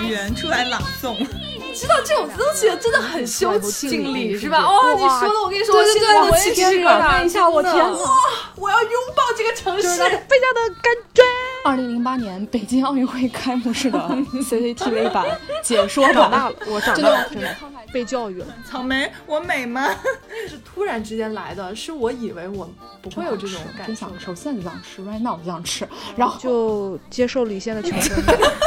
员出来朗诵。 知道这种东西真的很羞敬礼是吧？哦，你说的我跟你说，对，我起鸡皮疙瘩一下，我天哪！ 我要拥抱这个城市， 非常的感觉。2008年北京奥运会开幕式的 CCTV 版解说版， 长大了，我长大了，真的被教育了。 草莓，我美吗？ 那个是突然之间来的，是我以为我不会有这种感受， 手现在就想吃 ，right now 就想吃，然后就接受李现的求婚。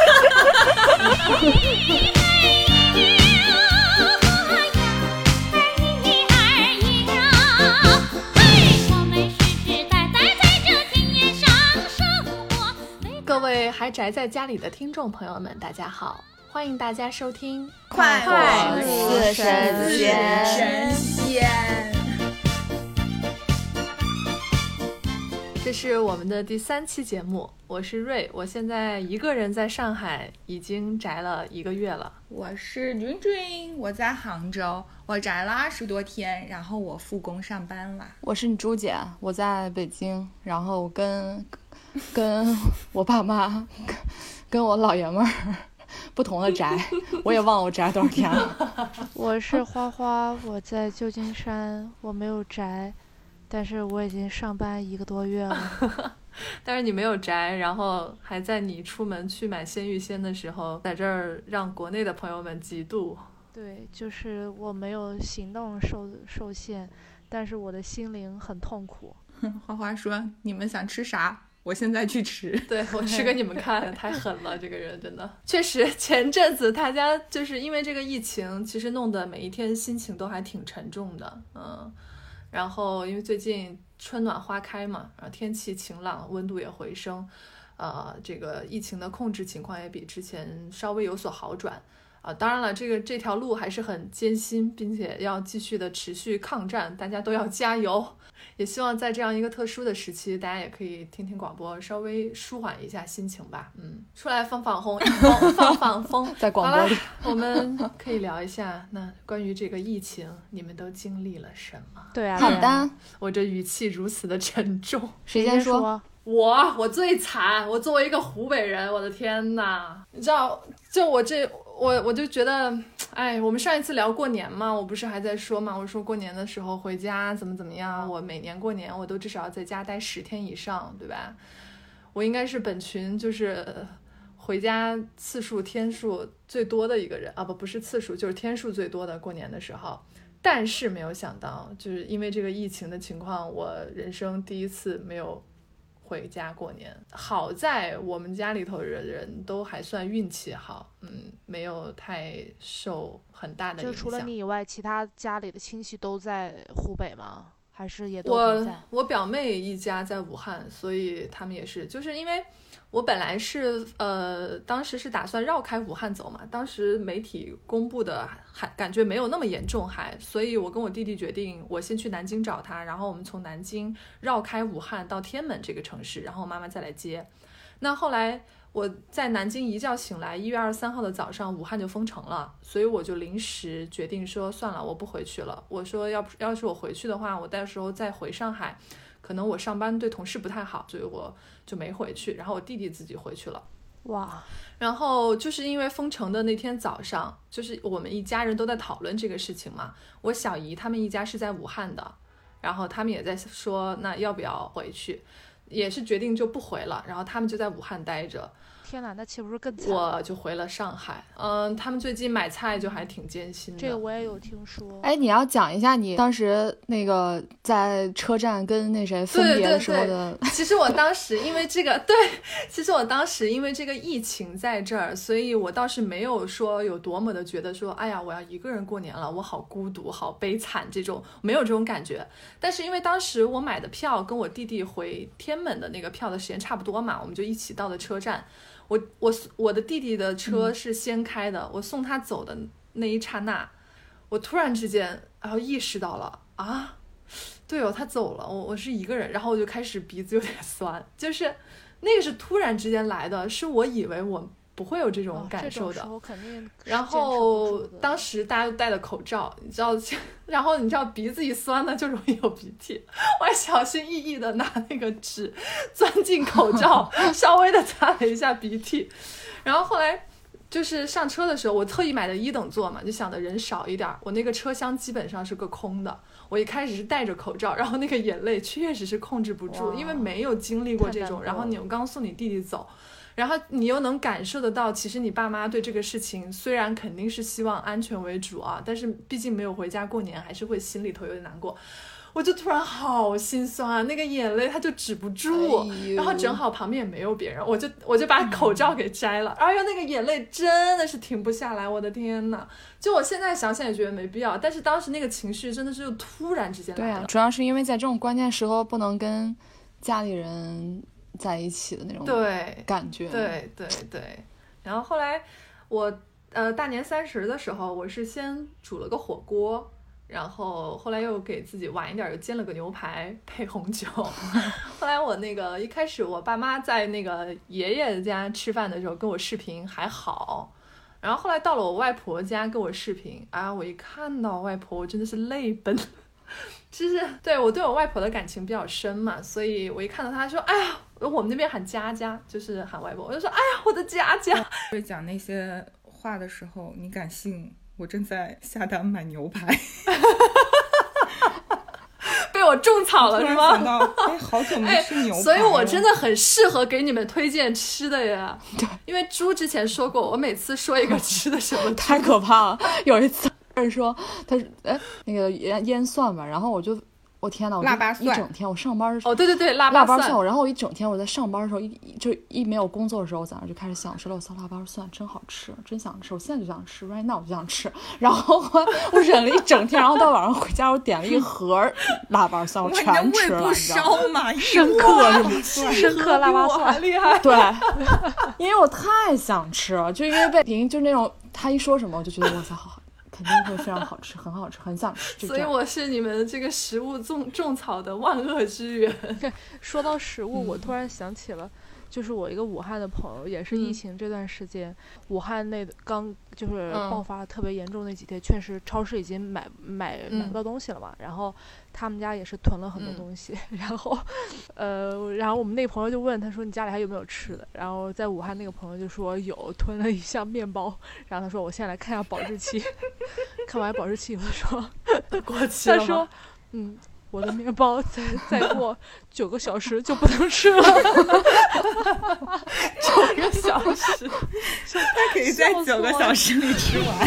各位还宅在家里的听众朋友们，大家好，欢迎大家收听快活似神仙。 这是我们的第3期节目，我是瑞，我现在一个人在上海，已经宅了1个月了。 我是君君，我在杭州，我宅了20多天，然后我复工上班了。 我是你朱姐，我在北京，然后跟我爸妈跟我老爷们儿不同的宅，我也忘了我宅多少天了。 我是花花，我在旧金山，我没有宅，但是我已经上班1个多月了。 但是你没有宅，然后还在你出门去买鲜芋仙的时候，在这儿让国内的朋友们嫉妒。 对，就是我没有行动受限，但是我的心灵很痛苦。 花花说：“你们想吃啥？我现在去吃。” 对，我吃给你们看，太狠了，这个人真的。确实，前阵子大家就是因为这个疫情，其实弄得每一天心情都还挺沉重的，然后因为最近春暖花开嘛，然后天气晴朗，温度也回升，这个疫情的控制情况也比之前稍微有所好转。当然了，这条路还是很艰辛，并且要继续的持续抗战，大家都要加油。也希望在这样一个特殊的时期，大家也可以听听广播，稍微舒缓一下心情吧。出来放风， 在广播里， 我们可以聊一下，那关于这个疫情，你们都经历了什么？ 对啊， 好的。我这语气如此的沉重， 谁先说？ 我最惨，我作为一个湖北人，我的天哪！你知道，就我就觉得，哎，我们上一次聊过年嘛，我不是还在说嘛，我说过年的时候回家怎么样，我每年过年我都至少要在家待10天以上，对吧？我应该是本群就是回家次数天数最多的一个人啊，不是次数，就是天数最多的过年的时候。但是没有想到，就是因为这个疫情的情况，我人生第一次没有回家过年。好在我们家里头的人都还算运气好，没有太受很大的影响。 就除了你以外，其他家里的亲戚都在湖北吗？还是也都不在？ 我表妹一家在武汉，所以他们也是，就是因为我本来是当时是打算绕开武汉走嘛，当时媒体公布的还感觉没有那么严重所以我跟我弟弟决定，我先去南京找他，然后我们从南京绕开武汉到天门这个城市，然后我妈妈再来接。那后来我在南京一觉醒来，1月23号的早上，武汉就封城了，所以我就临时决定说算了，我不回去了。我说要是我回去的话，我到时候再回上海，可能我上班对同事不太好，所以我就没回去。然后我弟弟自己回去了。 哇！ 然后就是因为封城的那天早上，就是我们一家人都在讨论这个事情嘛。我小姨他们一家是在武汉的，然后他们也在说那要不要回去，也是决定就不回了，然后他们就在武汉待着。 天哪，那岂不是更惨？ 我就回了上海。他们最近买菜就还挺艰辛的。 这个我也有听说。 哎，你要讲一下你当时那个在车站跟那谁分别的时候的。 对。其实我当时因为这个，因为这个疫情在这儿，所以我倒是没有说有多么的觉得说，哎呀，我要一个人过年了，我好孤独，好悲惨，这种没有这种感觉。但是因为当时我买的票跟我弟弟回天门的那个票的时间差不多嘛，我们就一起到了车站。我的弟弟的车是先开的，我送他走的那一刹那，我突然之间然后意识到了啊，对哦，他走了，我是一个人，然后我就开始鼻子有点酸，就是那个是突然之间来的，是我以为我不会有这种感受的。 这种时候肯定然后当时大家都戴了口罩，你知道，然后你知道鼻子一酸呢就容易有鼻涕，我还小心翼翼的拿那个纸钻进口罩，稍微的擦了一下鼻涕。然后后来就是上车的时候，我特意买的1等座嘛，就想的人少一点，我那个车厢基本上是个空的。我一开始是戴着口罩，然后那个眼泪确实是控制不住，因为没有经历过这种，然后你又刚送你弟弟走，然后你又能感受得到，其实你爸妈对这个事情虽然肯定是希望安全为主啊，但是毕竟没有回家过年，还是会心里头有点难过。我就突然好心酸啊，那个眼泪它就止不住，然后正好旁边也没有别人，我就把口罩给摘了，哎呦那个眼泪真的是停不下来，我的天哪！就我现在想想也觉得没必要，但是当时那个情绪真的是就突然之间来的。 对啊，主要是因为在这种关键时候不能跟家里人在一起的那种感觉。 对。然后后来我大年30的时候，我是先煮了个火锅。然后后来又给自己晚一点又煎了个牛排配红酒。后来我那个一开始我爸妈在那个爷爷家吃饭的时候跟我视频还好，然后后来到了我外婆家跟我视频啊，我一看到外婆我真的是泪奔。就是对我对我外婆的感情比较深嘛，所以我一看到她说哎呀，我们那边喊佳佳就是喊外婆，我就说哎呀我的佳佳。 会讲那些话的时候你敢信我正在下单买牛排？ 被我种草了是吗？ 突然想到哎，好久没吃牛排了， 所以我真的很适合给你们推荐吃的呀。对，因为猪之前说过，我每次说一个吃的什么太可怕了。有一次说他那个腌蒜吧，然后我天哪，我腊八蒜一整天我上班的时候， 哦对，腊八蒜， 然后我一整天我在上班的时候一没有工作的时候，我早上就开始想，说我操，腊八蒜真好吃，真想吃，我现在就想吃 right now 我就想吃，然后我忍了一整天，然后到晚上回家我点了一盒腊八蒜，我全吃了， 你知道吗？ 深刻是吗？深刻腊八蒜厉害。 对，因为我太想吃了，就因为被就那种他一说什么我就觉得我操好。肯定会非常好吃，很好吃，很想吃。 所以我是你们这个食物种草的万恶之源。 说到食物，我突然想起了，就是我一个武汉的朋友，也是疫情这段时间，武汉那刚就是爆发特别严重那几天，确实超市已经买不到东西了嘛，然后他们家也是囤了很多东西，然后我们那朋友就问他说你家里还有没有吃的，然后在武汉那个朋友就说有，囤了一箱面包，然后他说我现在来看一下保质期，看完保质期以后说过期了吗？ 他说我的面包再过9个小时就不能吃了。 9个小时， 他可以在9个小时里吃完。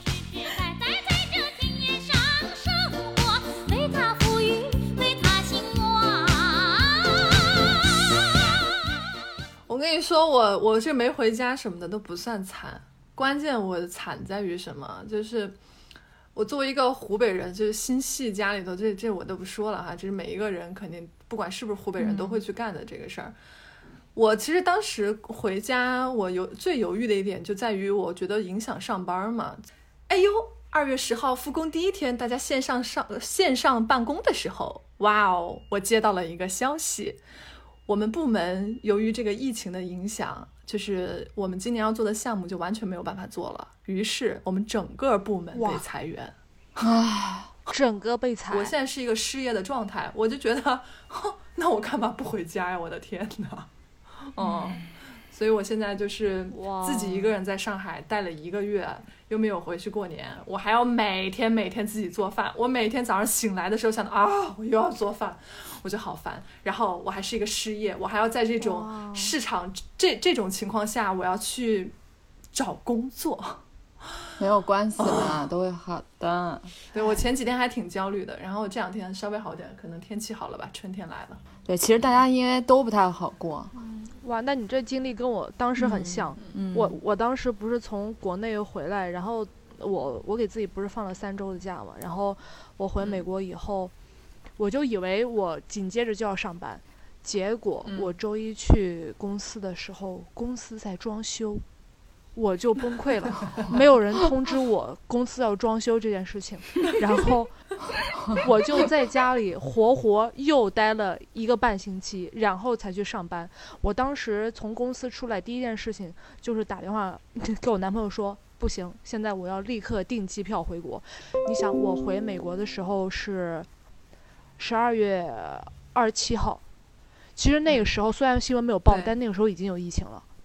我跟你说，我这没回家什么的都不算惨，关键我惨在于什么？就是我作为一个湖北人，就是心系家里头，这我都不说了哈，这是每一个人肯定不管是不是湖北人都会去干的这个事儿。我其实当时回家，我最犹豫的一点就在于，我觉得影响上班嘛。哎呦，2月10号复工第一天，大家线上办公的时候，哇哦，我接到了一个消息，我们部门由于这个疫情的影响，就是我们今年要做的项目就完全没有办法做了，于是我们整个部门被裁员。 整个被裁。 我现在是一个失业的状态，我就觉得，那我干嘛不回家呀？我的天哪！所以我现在就是自己一个人在上海待了1个月，又没有回去过年，我还要每天自己做饭。我每天早上醒来的时候想到我又要做饭，我就好烦。然后我还是一个失业，我还要在这种市场这种情况下，我要去找工作。 没有关系啦，都会好的。 对，我前几天还挺焦虑的，然后这2天稍微好点，可能天气好了吧，春天来了。 对，其实大家因为都不太好过。 哇，那你这经历跟我当时很像。我当时不是从国内回来，然后我给自己不是放了3周的假嘛，然后我回美国以后，我就以为我紧接着就要上班，结果我周一去公司的时候，公司在装修。我就崩溃了，没有人通知我公司要装修这件事情，然后我就在家里活又待了1个半星期，然后才去上班。我当时从公司出来第一件事情就是打电话给我男朋友说，不行，现在我要立刻订机票回国。你想我回美国的时候是12月27号，其实那个时候虽然新闻没有报，但那个时候已经有疫情了。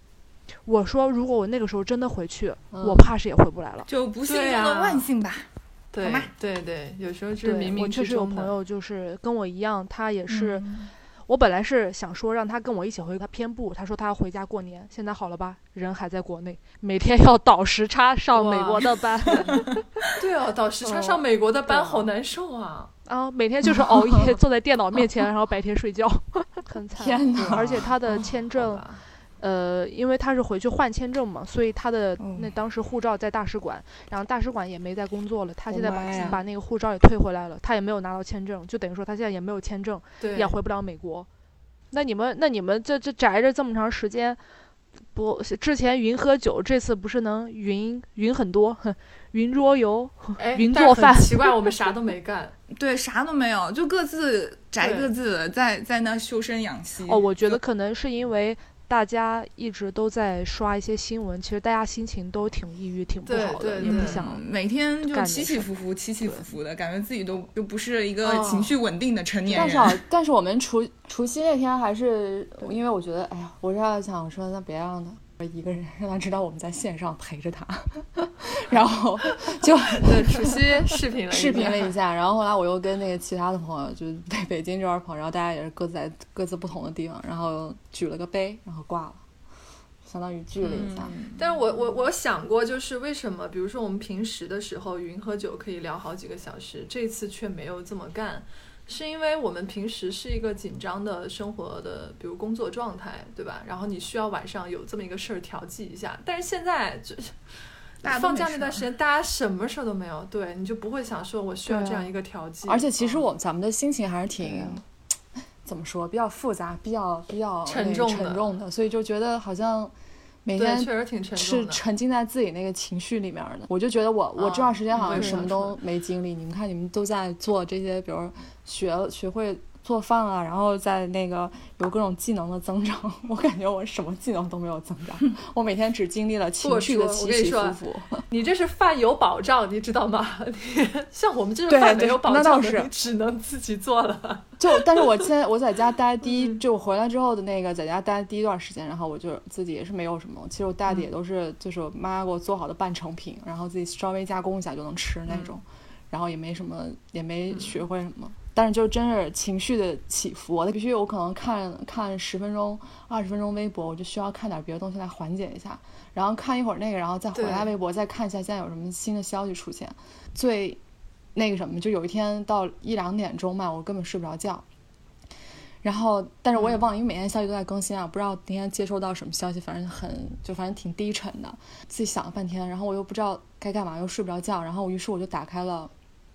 我说如果我那个时候真的回去，我怕是也回不来了。 就不幸中的万幸吧。 对好吗？ 对，有时候是冥冥我确实有之中的。 朋友就是跟我一样，他也是。我本来是想说让他跟我一起回，他偏不，他说他要回家过年。现在好了吧，人还在国内，每天要倒时差上美国的班。 对哦，倒时差上美国的班好难受啊！ 啊，每天就是熬夜坐在电脑面前，然后白天睡觉，很惨。 天哪！ 而且他的签证，因为他是回去换签证嘛，所以他的当时护照在大使馆，然后大使馆也没在工作了，他现在把那个护照也退回来了，他也没有拿到签证，就等于说他现在也没有签证，也回不了美国。那你们这宅着这么长时间，不之前云喝酒，这次不是能云很多，云桌游，云做饭。 奇怪，我们啥都没干。 对，啥都没有，就各自宅各自的，在那修身养息。 我觉得可能是因为大家一直都在刷一些新闻，其实大家心情都挺抑郁、挺不好的，也不想每天就起起伏伏的，感觉自己都不是一个情绪稳定的成年人。 但是我们除夕那天还是，因为我觉得，哎呀，我是想说，那别让他一个人，让他知道我们在线上陪着他，然后就对除夕视频了一下，然后后来我又跟那个其他的朋友，就是北京这边朋友，然后大家也是各自在各自不同的地方，然后举了个杯，然后挂了，相当于聚了一下。 但是我想过，就是为什么，比如说我们平时的时候云喝酒可以聊好几个小时，这次却没有这么干。是因为我们平时是一个紧张的生活的，比如工作状态，对吧？然后你需要晚上有这么一个事儿调剂一下。但是现在就放假那段时间，大家什么事儿都没有，对，你就不会想说我需要这样一个调剂。 而且其实咱们的心情还是挺，怎么说，比较复杂，比较沉重的，所以就觉得好像每天确实挺沉重的， 是沉浸在自己那个情绪里面的。我就觉得我这段时间好像什么都没经历。你们看，你们都在做这些，比如学会做饭啊，然后在那个有各种技能的增长。我感觉我什么技能都没有增长，我每天只经历了情绪的起起伏伏。 你这是饭有保障，你知道吗？像我们这种饭没有保障的，你只能自己做了。 但是我在家待就我回来之后的那个在家待第一段时间，然后我就自己也是没有什么，其实我带的也都是就是我妈给我做好的半成品，然后自己稍微加工一下就能吃那种，然后也没什么，也没学会什么。但是就真是情绪的起伏，我可能看10分钟20分钟微博，我就需要看点别的东西来缓解一下，然后看一会儿那个，然后再回来微博再看一下现在有什么新的消息出现。最那个什么，就有一天到1-2点钟嘛，我根本睡不着觉。然后但是我也忘了，因为每天消息都在更新啊，不知道今天接收到什么消息，反正挺低沉的，自己想了半天，然后我又不知道该干嘛，又睡不着觉，然后于是我就打开了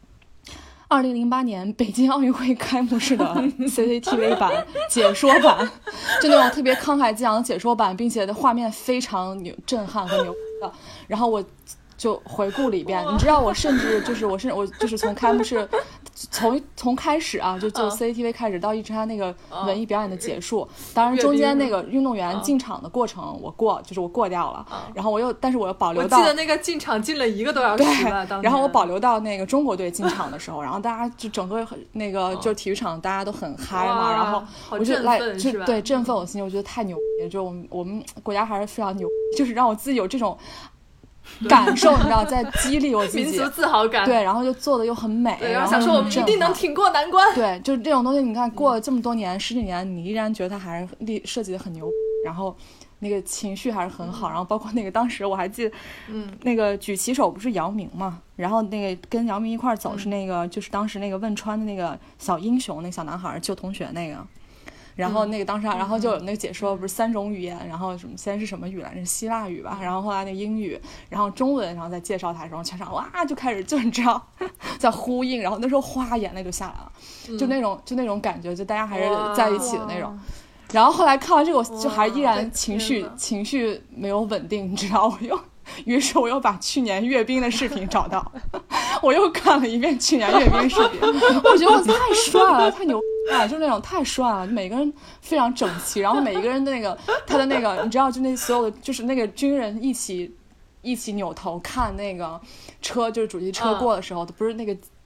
2008年北京奥运会开幕式的 CCTV 版解说版，就那种特别慷慨激昂的解说版，并且的画面非常震撼和牛的。然后我就回顾了一遍，你知道我甚至就是从开幕式从开始啊，就 CCTV 开始到一直他那个文艺表演的结束，当然中间那个运动员进场的过程我过掉了，然后但是我又保留到， 我记得那个进场进了1个多小时吧， 然后我保留到那个中国队进场的时候，然后大家就整个那个就体育场大家都很嗨嘛，然后我就对振奋我心情，我觉得太牛逼，就我们国家还是非常牛，就是让我自己有这种感受，你知道，在激励我自己， 民族自豪感。 对，然后就做的又很美， 然后想说我们一定能挺过难关。 对，就是这种东西，你看过了这么多年10几年，你依然觉得它还是设计的很牛，然后那个情绪还是很好，然后包括那个当时我还记得，那个举旗手不是姚明嘛，然后那个跟姚明一块走是那个就是当时那个汶川的那个小英雄，那个小男孩救同学那个。然后那个当时，然后就有那个解说，不是3种语言，然后什么先是什么语来着，希腊语吧，然后后来那个英语，然后中文，然后再介绍它的时候，全场哇就开始就你知道在呼应，然后那时候哗眼泪就下来了，就那种感觉，就大家还是在一起的那种。然后后来看完这个，我就还依然情绪没有稳定，你知道，于是我又把去年阅兵的视频找到，我又看了一遍去年阅兵视频，我觉得我太帅了，太牛了，就那种太帅了，每个人非常整齐，然后每一个人的那个他的那个，你知道，就那所有的就是那个军人一起扭头看那个车，就是主题车过的时候，不是那个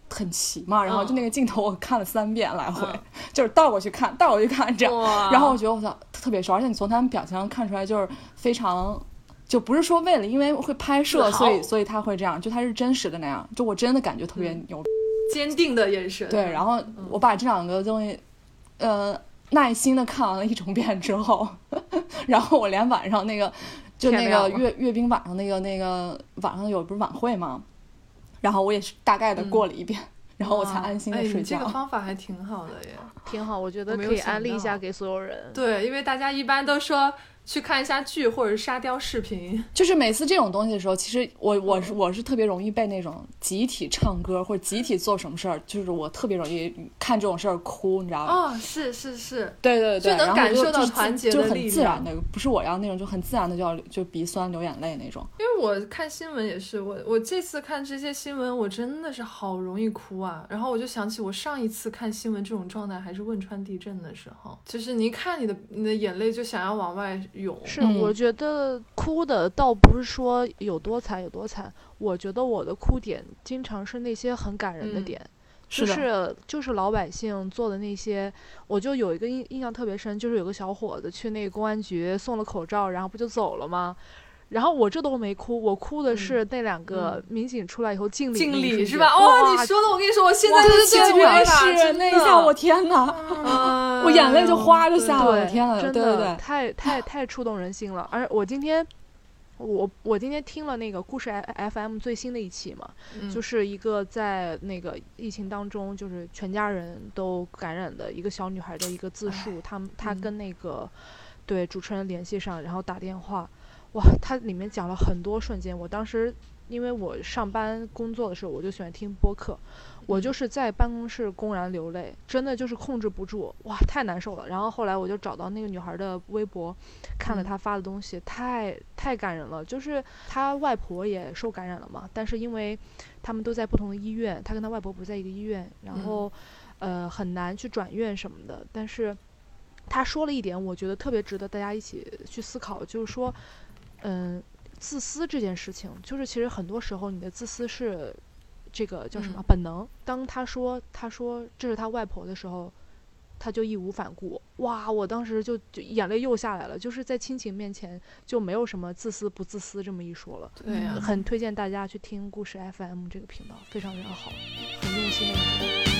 很齐嘛，然后就那个镜头我看了3遍来回，就是倒过去看倒过去看这样，然后我觉得我操特别熟，而且你从他们表情上看出来就是非常，就不是说为了因为会拍摄所以他会这样，就他是真实的那样，就我真的感觉特别牛， 坚定的眼神。 对，然后我把这2个东西耐心的看完了1整遍之后然后我连晚上那个就那个阅兵晚上那个晚上有不是晚会吗，然后我也是大概的过了一遍，然后我才安心的睡觉。 这个方法还挺好的耶， 挺好，我觉得可以安利一下给所有人。 对，因为大家一般都说去看一下剧或者是沙雕视频， 就是每次这种东西的时候，其实我是特别容易被那种集体唱歌或者集体做什么事儿，就是我特别容易看这种事儿哭，你知道吧？ 是， 对对对， 就能感受到团结的力量， 就很自然的，不是我要那种就很自然的就鼻酸流眼泪那种。 因为我看新闻也是，我这次看这些新闻，我真的是好容易哭啊。然后我就想起我上一次看新闻这种状态还是汶川地震的时候，就是你一看你的眼泪就想要往外涌。 是，我觉得哭的倒不是说有多惨，我觉得我的哭点经常是那些很感人的点。就是老百姓做的那些，我就有一个印象特别深，就是有个小伙子去那个公安局送了口罩，然后不就走了吗？然后我这都没哭，我哭的是那2个民警出来以后敬礼是吧？你说的，我跟你说，我现在就起鸡皮疙瘩， 那一下我天哪，我眼泪就哗就下来了，天哪， 真的太触动人心了。而我今天听了那个故事 FM 最新的一期嘛，就是一个在那个疫情当中，就是全家人都感染的一个小女孩的一个自述，她跟那个对主持人联系上，然后打电话。哇，它里面讲了很多瞬间。我当时因为我上班工作的时候，我就喜欢听播客，我就是在办公室公然流泪，真的就是控制不住，哇，太难受了。然后后来我就找到那个女孩的微博，看了她发的东西，太感人了。就是她外婆也受感染了嘛，但是因为他们都在不同的医院，她跟她外婆不在一个医院，然后很难去转院什么的。但是她说了一点，我觉得特别值得大家一起去思考，就是说自私这件事情，就是其实很多时候你的自私是这个叫什么本能。当他说这是他外婆的时候，他就义无反顾。哇，我当时就眼泪又下来了。就是在亲情面前就没有什么自私不自私这么一说了。 对呀， 很推荐大家去听故事 FM 这个频道，非常非常好，很用心的一个。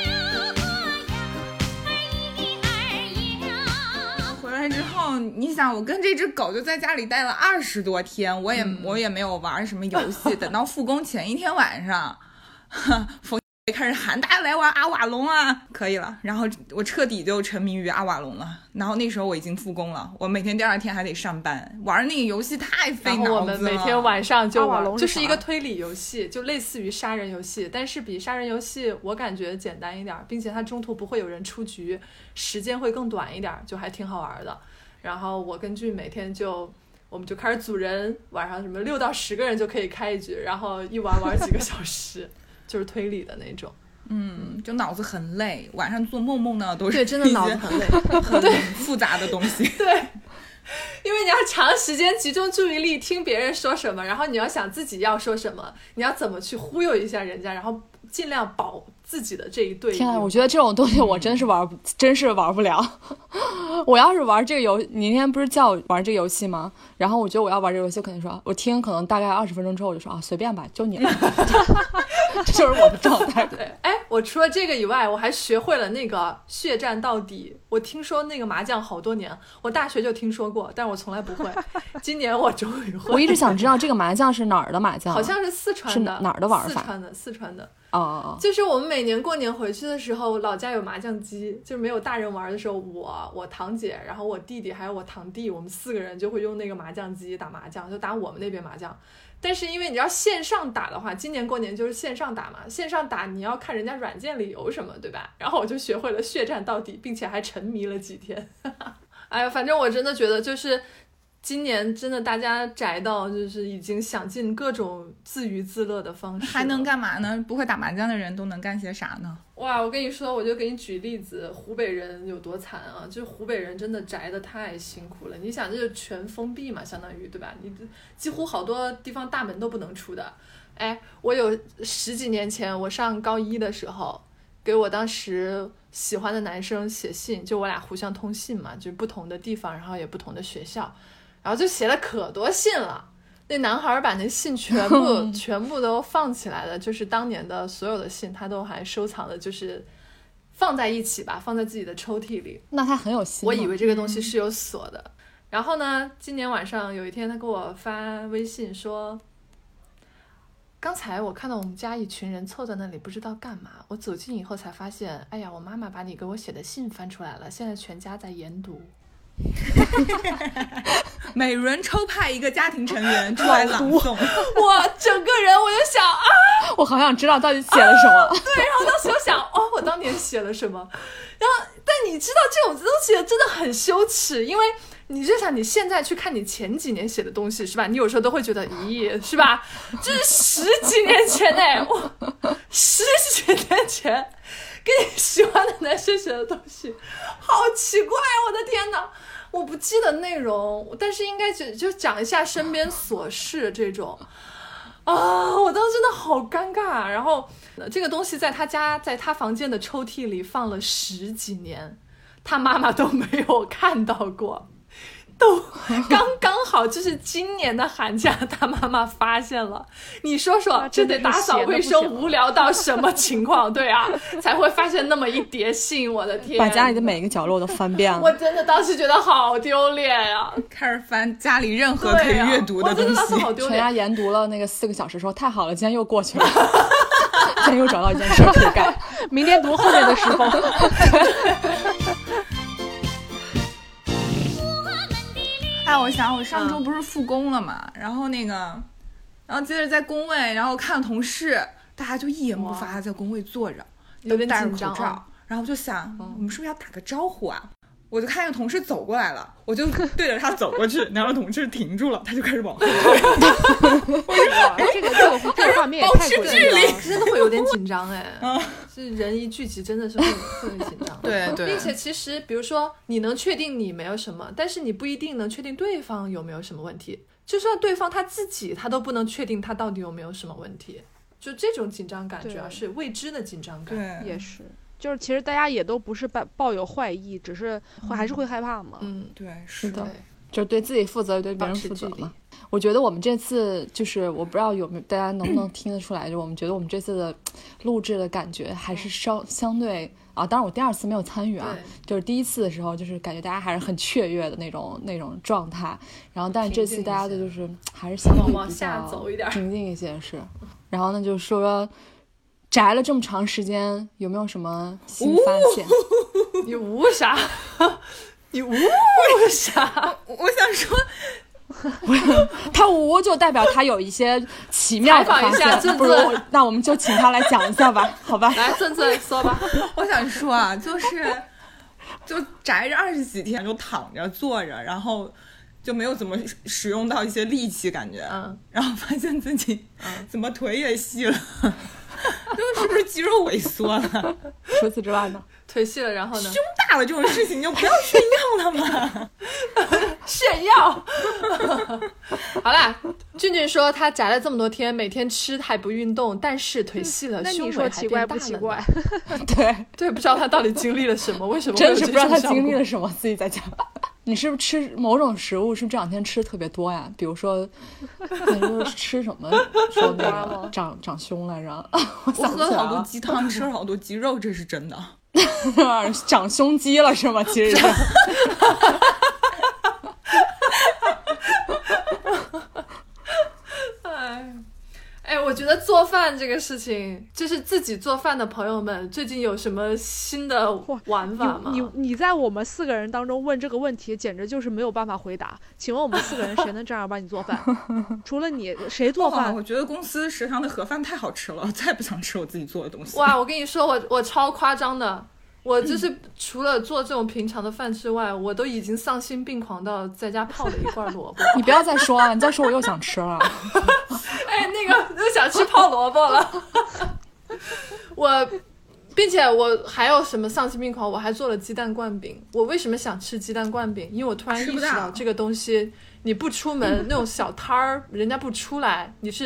回来之后，你想我跟这只狗就在家里待了20多天，我也没有玩什么游戏。等到复工前一天晚上，冯开始喊大家来玩阿瓦隆啊，可以了。然后我彻底就沉迷于阿瓦隆了。然后那时候我已经复工了，我每天第2天还得上班，玩那个游戏太费脑子了。 然后我们每天晚上就玩，就是一个推理游戏，就类似于杀人游戏，但是比杀人游戏我感觉简单一点，并且它中途不会有人出局，时间会更短一点，就还挺好玩的。然后我根据每天我们就开始组人，晚上什么6到10个人就可以开一局，然后一玩几个小时。就是推理的那种， 就脑子很累，晚上做梦呢都是对，真的脑子很累， 很复杂的东西。 对，因为你要长时间集中注意力听别人说什么，然后你要想自己要说什么，你要怎么去忽悠一下人家，然后尽量保自己的这一对。 天啊，我觉得这种东西我真是玩不了。我要是玩这个游戏，你那天不是叫我玩这个游戏吗？然后我觉得我要玩这个游戏，我肯定说，我听可能大概20分钟之后我就说随便吧，就你了。这就是我的状态。 对，我除了这个以外，我还学会了那个血战到底。我听说那个麻将好多年，我大学就听说过，但我从来不会。今年我终于会。 我一直想知道这个麻将是哪儿的麻将， 好像是四川的， 是哪儿的玩法？ 四川的。 就是我们每年过年回去的时候，老家有麻将机，就是没有大人玩的时候，我堂姐，然后我弟弟还有我堂弟，我们4个人就会用那个麻将机打麻将，就打我们那边麻将。但是因为你要线上打的话，今年过年就是线上打嘛，线上打你要看人家软件里有什么，对吧？然后我就学会了血战到底，并且还沉迷了几天。哎呀，反正我真的觉得就是今年真的大家宅到就是已经想尽各种自娱自乐的方式。 还能干嘛呢？不会打麻将的人都能干些啥呢？ 哇，我跟你说，我就给你举例子，湖北人有多惨啊！就是湖北人真的宅得太辛苦了。你想，这就全封闭嘛，相当于对吧？你几乎好多地方大门都不能出的。 哎，我有10几年前，我上高1的时候，给我当时喜欢的男生写信，就我俩互相通信嘛，就是不同的地方，然后也不同的学校，然后就写了可多信了。那男孩把那信全部都放起来了，就是当年的所有的信，他都还收藏的，就是放在一起吧，放在自己的抽屉里。 那他很有心。 我以为这个东西是有锁的。然后呢，今年晚上有一天，他给我发微信说，刚才我看到我们家一群人凑在那里不知道干嘛，我走近以后才发现，哎呀，我妈妈把你给我写的信翻出来了，现在全家在研读。 每人抽派一个家庭成员出来朗诵。 我整个人我就想啊， 我好想知道到底写了什么。 对，然后当时我想，哦，我当年写了什么？然后，但你知道这种东西真的很羞耻，因为你就想你现在去看你前几年写的东西，是吧？你有时候都会觉得，咦，是吧？这是10几年前哎，我10几年前跟你喜欢的男生写的东西，好奇怪，我的天哪！我不记得内容，但是应该就讲一下身边琐事这种。啊，我当时真的好尴尬。然后这个东西在他家，在他房间的抽屉里放了10几年，他妈妈都没有看到过。都刚好就是今年的寒假他妈妈发现了，你说说这得打扫卫生无聊到什么情况？对啊，才会发现那么一叠信，我的天， 把家里的每一个角落都翻遍了。 我真的当时觉得好丢脸啊， 开始翻家里任何可以阅读的东西， 我真的当时好丢脸。 全家研读了那个4个小时，说太好了，今天又过去了。今天又找到一件事可以干， 明天读后面的时风。 哎，我想我上周不是复工了嘛，然后接着在工位，然后看同事，大家就一言不发在工位坐着， 有点戴着紧张口罩，然后我就想，我们是不是要打个招呼啊？我就看一个同事走过来了，我就对着他走过去，然后同事停住了，他就开始往后退。 这个画面也太诡异了， 真的会有点紧张哎。是人一聚集真的是会紧张。 对对， 并且其实比如说你能确定你没有什么，但是你不一定能确定对方有没有什么问题，就算对方他自己他都不能确定他到底有没有什么问题，就这种紧张感主要是未知的紧张感。 对， 也是。就是其实大家也都不是抱有坏意，只是还是会害怕嘛。 对， 是的，就是对自己负责，对别人负责嘛。我觉得我们这次就是我不知道有没有大家能不能听得出来，就我们觉得我们这次的录制的感觉还是相对啊，当然我第2次没有参与啊，就是第1次的时候就是感觉大家还是很雀跃的那种状态，然后但是这次大家的就是还是相对比较平静一些是，然后呢就说。宅了这么长时间，有没有什么新发现？ 你无啥？你无啥？ 我想说， 他无就代表他有一些奇妙的发现。不如那我们就请他来讲一下吧，好吧？ 来，正说吧。 我想说啊，就宅着20几天，就躺着坐着，然后就没有怎么使用到一些力气，感觉，然后发现自己怎么腿也细了。是不是肌肉萎缩了？ 除此之外呢？ 腿细了，然后呢？ 胸大了这种事情就不要炫耀了嘛！ 炫耀。好啦，俊说他宅了这么多天，每天吃还不运动，但是腿细了， 那胸你说奇怪不奇怪？ 对， 不知道他到底经历了什么，为什么真是不知道他经历了什么，自己在家。你是不是吃某种食物？是不是这2天吃特别多呀？比如说，你说吃什么？说那个长胸来着？我喝了好多鸡汤，吃了好多鸡肉，这是真的。 长胸肌了是吗？其实是。 哎，我觉得做饭这个事情，就是自己做饭的朋友们，最近有什么新的玩法吗？ 你在我们4个人当中问这个问题，简直就是没有办法回答。请问我们4个人谁能这样帮你做饭？除了你，谁做饭？ 我觉得公司食堂的盒饭太好吃了，我再也不想吃我自己做的东西。 哇，我跟你说，我超夸张的。我就是除了做这种平常的饭之外，我都已经丧心病狂到在家泡了一罐萝卜。 你不要再说了，你再说我又想吃了。 哎，那个又想吃泡萝卜了。并且我还有什么丧心病狂？我还做了鸡蛋灌饼。我为什么想吃鸡蛋灌饼？因为我突然意识到这个东西，你不出门那种小摊儿，人家不出来，你是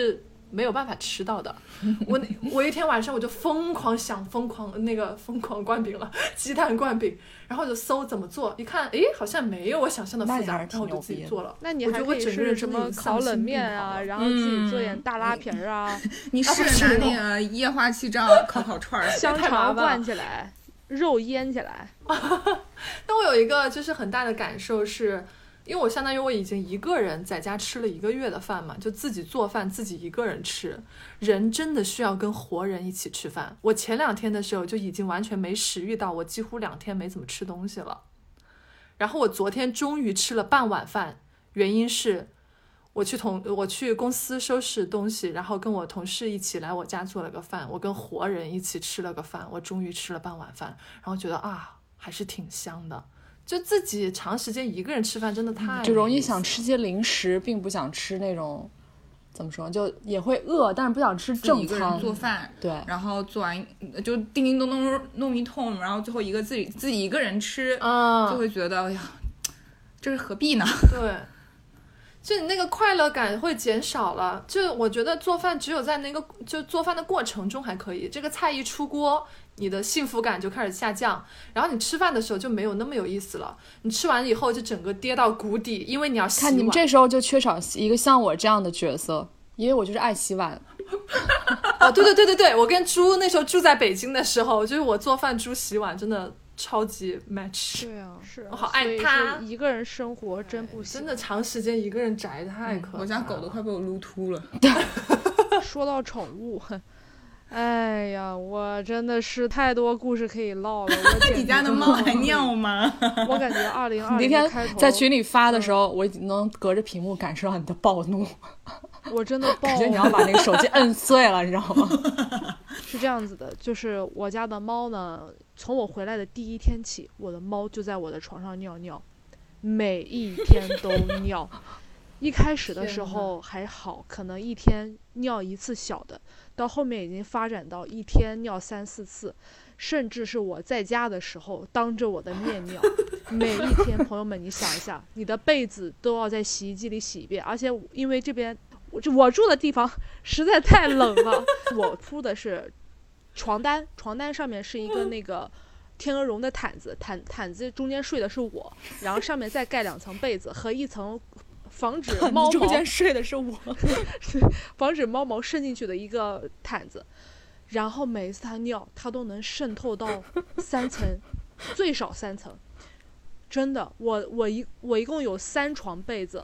没有办法吃到的。我一天晚上我就疯狂灌饼了，鸡蛋灌饼，然后就搜怎么做，一看，诶，好像没有我想象的复杂，然后我就自己做了。 那你还可以试什么烤冷面啊，然后自己做点大拉皮啊。 你试着拿那个液化气胀烤串儿， 香肠灌起来，肉腌起来。 但我有一个就是很大的感受是。因为我相当于我已经一个人在家吃了1个月的饭嘛，就自己做饭自己一个人吃，人真的需要跟活人一起吃饭。我前2天的时候就已经完全没食欲到，我几乎2天没怎么吃东西了。然后我昨天终于吃了半碗饭，原因是我去公司收拾东西，然后跟我同事一起来我家做了个饭，我跟活人一起吃了个饭，我终于吃了半碗饭，然后觉得还是挺香的。就自己长时间一个人吃饭真的太就容易想吃些零食，并不想吃那种怎么说，就也会饿，但是不想吃正餐。 一个人做饭， 对， 然后做完就叮叮咚咚弄一通，然后最后自己一个人吃，就会觉得哎呀，这是何必呢？ 对。就你那个快乐感会减少了，就我觉得做饭只有在那个就做饭的过程中还可以，这个菜一出锅，你的幸福感就开始下降，然后你吃饭的时候就没有那么有意思了，你吃完以后就整个跌到谷底，因为你要洗碗。 看你们这时候就缺少一个像我这样的角色，因为我就是爱洗碗。 对，我跟猪那时候住在北京的时候，就是我做饭，猪洗碗，真的超级 match。 对啊，是我好爱他。 一个人生活真不行， 真的长时间一个人宅太可怕了。 我家狗都快被我撸秃了。 说到宠物，哎呀，我真的是太多故事可以唠了。 你家的猫还尿吗？ 我感觉2020 那天在群里发的时候，我已经能隔着屏幕感受到你的暴怒。 我真的感觉你要把那个手机摁碎了，你知道吗？ 是这样子的，就是我家的猫呢，从我回来的第1天起，我的猫就在我的床上尿尿，每一天都尿。一开始的时候还好，可能1天尿1次小的，到后面已经发展到1天尿3、4次，甚至是我在家的时候当着我的面尿。每一天，朋友们，你想一下，你的被子都要在洗衣机里洗一遍，而且因为这边我住的地方实在太冷了，我铺的是床单上面是一个那个天鹅绒的毯子，毯子中间睡的是我，然后上面再盖2层被子和1层防止猫毛， 中间睡的是我， 防止猫毛渗进去的一个毯子。然后每一次它尿，它都能渗透到3层，最少3层。真的，我一共有3床被子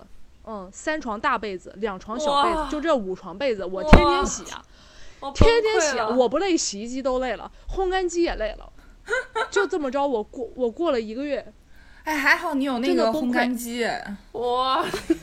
，3床大被子，2床小被子，就这5床被子，我天天洗啊，天天洗啊，我不累，洗衣机都累了，烘干机也累了，就这么着，我过了1个月。 哎，还好你有那个烘干机。 哇，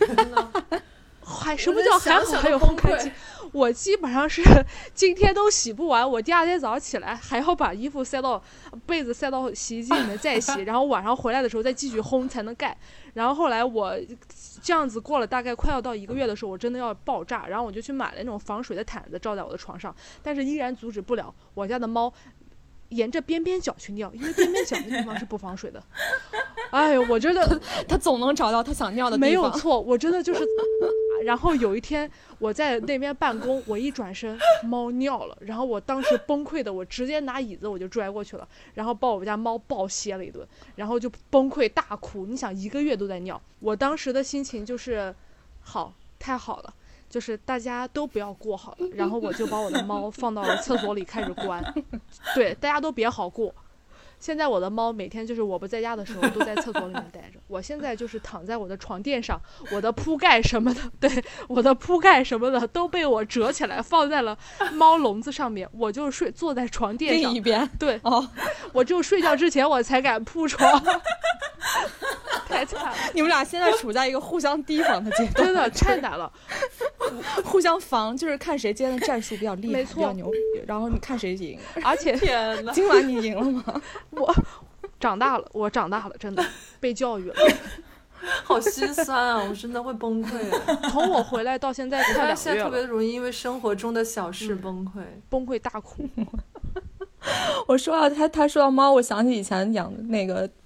什么叫还好还有烘干机？我基本上是今天都洗不完，我第2天早上起来还要把衣服被子塞到洗衣机里面再洗，然后晚上回来的时候再继续烘才能盖。然后后来我这样子过了大概快要到1个月的时候，我真的要爆炸，然后我就去买了那种防水的毯子罩在我的床上，但是依然阻止不了我家的猫沿着边边角去尿，因为边边角那地方是不防水的。哎呦，我真的他总能找到他想尿的地方。 没有错，我真的就是。然后有一天我在那边办公，我一转身猫尿了，然后我当时崩溃的，我直接拿椅子我就拽过去了，然后把我们家猫暴歇了一顿，然后就崩溃大哭。你想1个月都在尿，我当时的心情就是太好了，就是大家都不要过好了，然后我就把我的猫放到了厕所里开始关，对，大家都别好过。现在我的猫每天就是我不在家的时候都在厕所里面待着，我现在就是躺在我的床垫上，我的铺盖什么的，对，我的铺盖什么的都被我折起来放在了猫笼子上面，我就坐在床垫上另一边， 对，我就睡觉之前我才敢铺床。太惨了， 你们俩现在处在一个互相提防的阶段， 真的太难了。 互相防，就是看谁今天的战术比较厉害， 没错， 比较牛逼，然后你看谁赢。 而且天哪， 今晚你赢了吗？ 我长大了，真的被教育了。 好心酸啊！我真的会崩溃。 从我回来到现在快2个月了， 现在特别容易因为生活中的小事崩溃大哭。 我说到他说到猫，我想起以前养的那个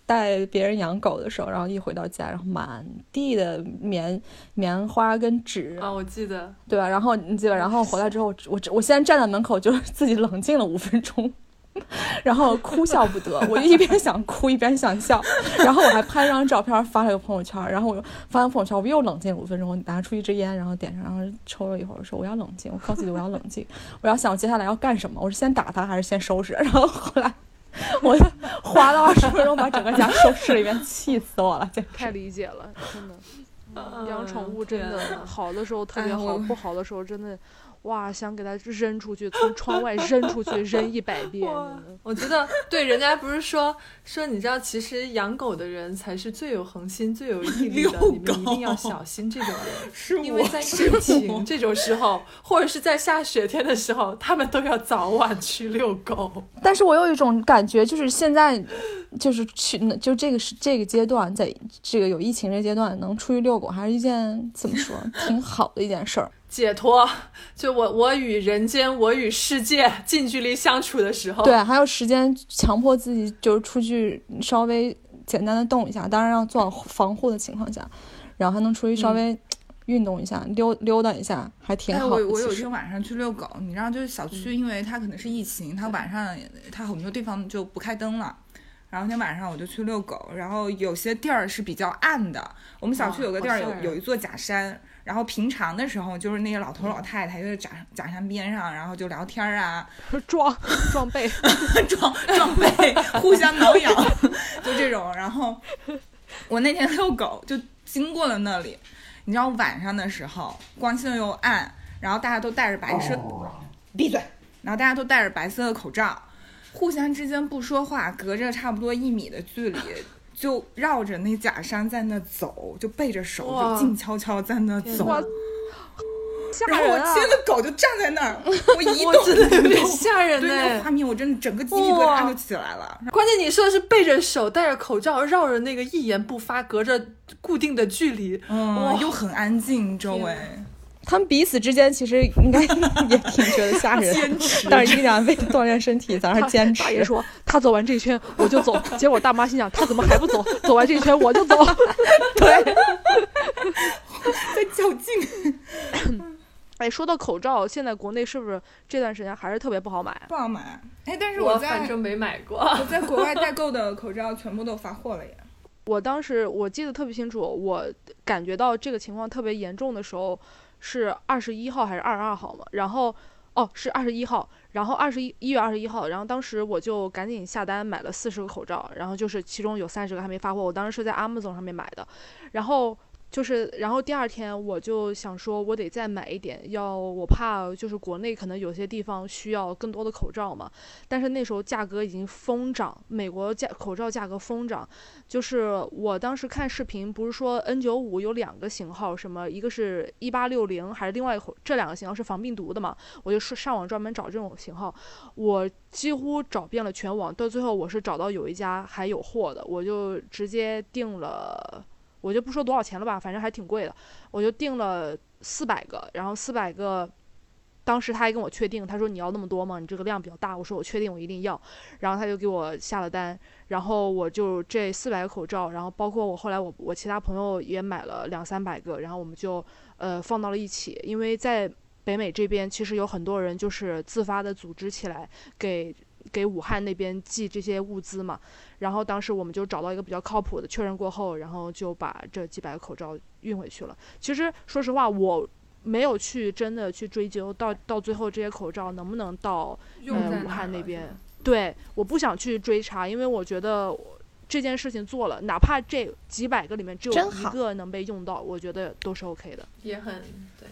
带别人养狗的时候，然后一回到家，然后满地的棉花跟纸啊，我记得， 对吧？然后你记得，然后回来之后，我现在站在门口就是自己冷静了5分钟。然后哭笑不得，我就一边想哭一边想笑，然后我还拍张照片发了个朋友圈，然后我发完朋友圈，我又冷静5分钟，拿出一支烟，然后点上，然后抽了一会儿，说我要冷静，我告诉自己我要冷静，我要想我接下来要干什么，我是先打他还是先收拾？然后后来我花了20分钟把整个家收拾了一遍，气死我了， 太理解了，真的。养宠物真的好的时候特别好，不好的时候真的。哇，想给它扔出去，从窗外扔出去，扔100遍。 我觉得对，人家不是说你知道，其实养狗的人才是最有恒心、最有毅力的，你们一定要小心这种人，因为在疫情这种时候，或者是在下雪天的时候，他们都要早晚去遛狗。 但是我有一种感觉，就是现在就是就这个阶段，在这个有疫情这阶段，能出去遛狗，还是一件怎么说挺好的一件事儿。 解脱，就我与人间，我与世界近距离相处的时候， 对，还有时间强迫自己就是出去稍微简单的动一下，当然要做好防护的情况下，然后还能出去稍微运动一下，溜达一下，还挺好的。 我有一天晚上去遛狗，你知道，就是小区，因为它可能是疫情，它晚上它很多地方就不开灯了。然后那天晚上我就去遛狗，然后有些地儿是比较暗的。我们小区有个地儿有一座假山，然后平常的时候就是那些老头老太太就在假山边上，然后就聊天啊， 撞背撞背，互相挠痒，就这种。然后我那天遛狗就经过了那里，你知道晚上的时候光线又暗，然后大家都戴着白色，闭嘴，然后大家都戴着白色的口罩。互相之间不说话，隔着差不多1米的距离，就绕着那假山在那走，就背着手就静悄悄在那走。然后我牵着狗就站在那儿，我一动真的有点吓人对那画面，我真的整个鸡皮疙瘩就起来了。 关键你说的是背着手，戴着口罩，绕着那个一言不发，隔着固定的距离， 又很安静，周围。 他们彼此之间其实应该也挺觉得吓人， 坚持， 但是依然为锻炼身体在那坚持。 大爷说他走完这一圈我就走，结果大妈心想他怎么还不走？走完这一圈我就走。 对， 在较劲。 哎，说到口罩，现在国内是不是这段时间还是特别不好买？ 不好买。哎，但是我反正没买过。 我在国外代购的口罩全部都发货了耶。 我当时我记得特别清楚，我感觉到这个情况特别严重的时候。是21号还是22号嘛？然后是21号，然后1月21号，然后当时我就赶紧下单买了40个口罩，然后就是其中有30个还没发货，我当时是在 Amazon 上面买的，然后第二天我就想说我得再买一点，我怕就是国内可能有些地方需要更多的口罩嘛，但是那时候价格已经疯涨，美国口罩价格疯涨，就是我当时看视频不是说 N95 有2个型号，什么一个是1860还是另外一个，这2个型号是防病毒的嘛，我就上网专门找这种型号，我几乎找遍了全网，到最后我是找到有一家还有货的，我就直接订了，我就不说多少钱了吧，反正还挺贵的，我就订了400个，然后400个，当时他还跟我确定，他说你要那么多吗？你这个量比较大，我说我确定我一定要，然后他就给我下了单，然后我就这400个口罩，然后包括我后来我其他朋友也买了200-300个，然后我们就放到了一起，因为在北美这边其实有很多人就是自发的组织起来给武汉那边寄这些物资嘛，然后当时我们就找到一个比较靠谱的，确认过后，然后就把这几百个口罩运回去了。其实说实话，我没有真的去追究到最后这些口罩能不能到武汉那边，对，我不想去追查，因为我觉得这件事情做了，哪怕这几百个里面只有一个能被用到，我觉得都是 OK 的， 也很对，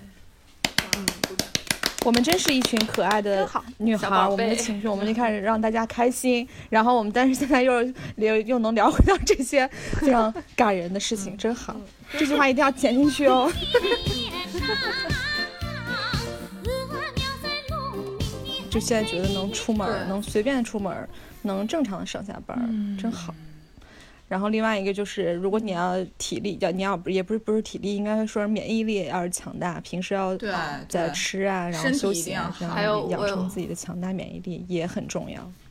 我们真是一群可爱的女孩，我们的情绪，我们就开始让大家开心，然后我们但是现在又能聊回到这些非常感人的事情，真好，这句话一定要剪进去哦。就现在觉得能出门，能随便出门，能正常的上下班，真好。然后另外一个就是，如果你要体力，也不是体力，应该说是免疫力要是强大，平时要在吃啊，然后休息啊，这样养成自己的强大免疫力也很重要。